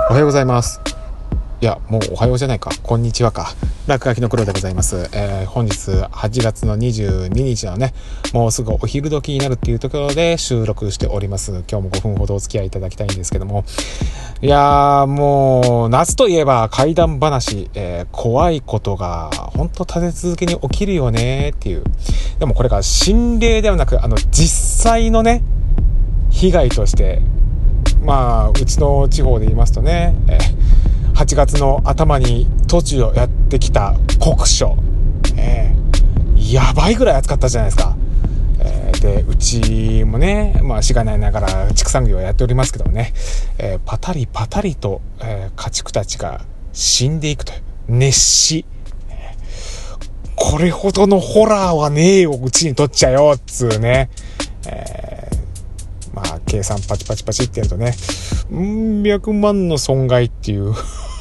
おはようございます。いや、もうおはようじゃないか、こんにちはか。落書きの黒でございます。本日8月の22日のね、もうすぐお昼時になるっていうところで収録しております。今日も5分ほどお付き合いいただきたいんですけども、いやー、もう夏といえば怪談話、怖いことが本当立て続けに起きるよねっていう。でもこれが心霊ではなく、実際のね、被害として、うちの地方で言いますとね、8月の頭に突如やってきた酷暑、やばいぐらい暑かったじゃないですか。でうちもね、しがないながら畜産業をやっておりますけどもね、パタリパタリと、家畜たちが死んでいくという熱死、これほどのホラーはねえようちにとっちゃよっつうね、計算パチパチパチってやるとね、100万の損害っていう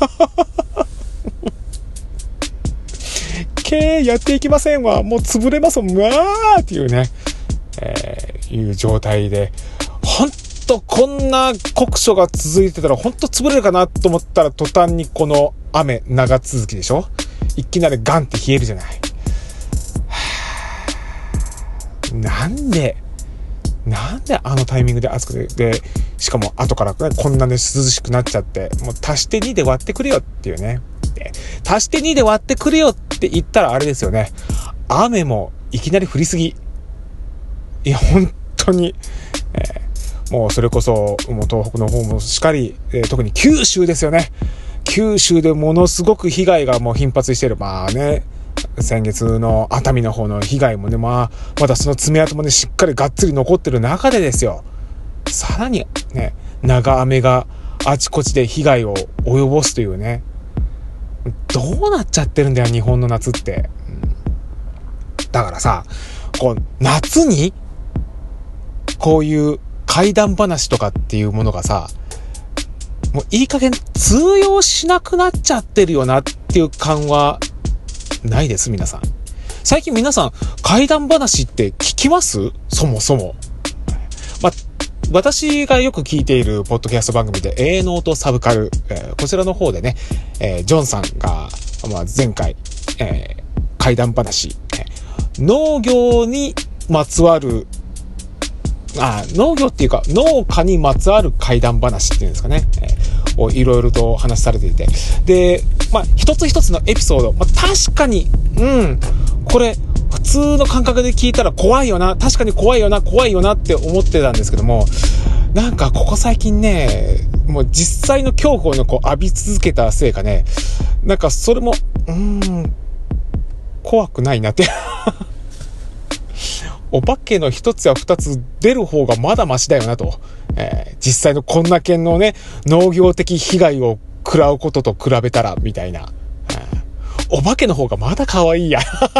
経営やっていきませんわ、もう潰れますもん、っていうね、いう状態で、ほんとこんな酷暑が続いてたらほんと潰れるかなと思ったら、途端にこの雨長続きでしょ。いきなりガンって冷えるじゃない。なんであのタイミングで暑くて、でしかも後からねこんなね涼しくなっちゃって、もう足して2で割ってくれよっていうね。で足して2で割ってくれよって言ったらあれですよね。雨もいきなり降りすぎ。いや本当に、もうそれこそもう東北の方もしっかり、特に九州ですよね。九州でものすごく被害がもう頻発している。先月の熱海の方の被害もね、まだその爪痕もねしっかりがっつり残ってる中でですよ、さらにね長雨があちこちで被害を及ぼすというね、どうなっちゃってるんだよ日本の夏って、だからさ、こう夏にこういう怪談話とかっていうものがさ、もういい加減通用しなくなっちゃってるよなっていう感はないです。皆さん最近皆さん怪談話って聞きます？そもそも私がよく聞いているポッドキャスト番組で営農とサブカル、こちらの方でね、ジョンさんが、前回、怪談話、農業にまつわる農業っていうか農家にまつわる怪談話っていうんですかね、をいろいろと話されていて、で一つ一つのエピソード、確かにこれ普通の感覚で聞いたら怖いよな、確かに怖いよなって思ってたんですけども、なんかここ最近ね、もう実際の恐怖を浴び続けたせいかね、なんかそれも怖くないなってお化けの一つや二つ出る方がまだマシだよなと、実際のこんな県のね農業的被害を食らうことと比べたらみたいな、お化けの方がまだ可愛いや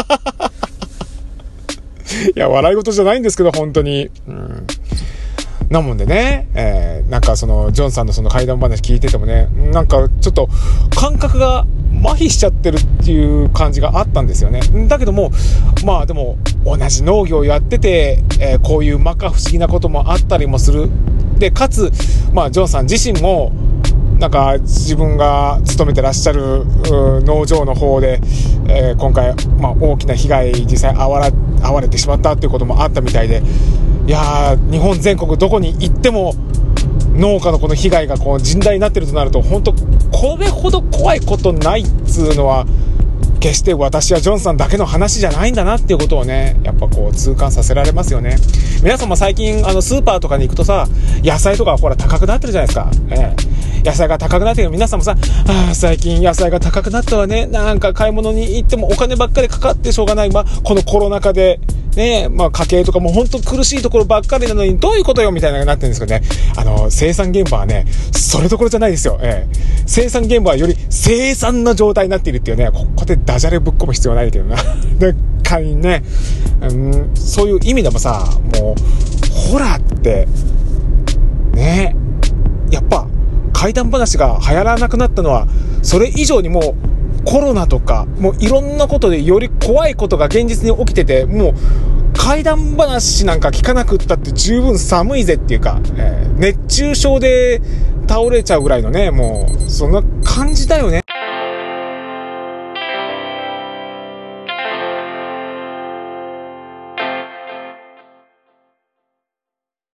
いや笑い事じゃないんですけど本当に、なもんでね、なんかそのジョンさんのその怪談話聞いててもね、なんかちょっと感覚が麻痺しちゃってるっていう感じがあったんですよね。だけどもでも同じ農業やってて、こういう摩訶不思議なこともあったりもする。でかつジョンさん自身もなんか自分が勤めてらっしゃる農場の方で、今回、大きな被害実際遭われてしまったっていうこともあったみたいで、いやー日本全国どこに行っても農家のこの被害がこう甚大になってるとなると、本当これほど怖いことないっつうのは決して私やジョンさんだけの話じゃないんだなっていうことをね、やっぱこう痛感させられますよね。皆さんも最近スーパーとかに行くとさ、野菜とかほら高くなってるじゃないですか、野菜が高くなってる。皆さんもさ、最近野菜が高くなったわね、なんか買い物に行ってもお金ばっかりかかってしょうがない、このコロナ禍でね、家計とかも本当苦しいところばっかりなのにどういうことよみたいなのになってるんですけどね、生産現場はねそれどころじゃないですよ。生産現場はより凄惨な状態になっているっていうね、ここでダジャレぶっ込む必要ないけどなでかいね、そういう意味でもさ、もうホラーってね、やっぱ怪談話が流行らなくなったのはそれ以上にもうコロナとかもういろんなことでより怖いことが現実に起きてて、もう怪談話なんか聞かなくったって十分寒いぜっていうか、熱中症で倒れちゃうぐらいのね、もう、そんな感じだよね。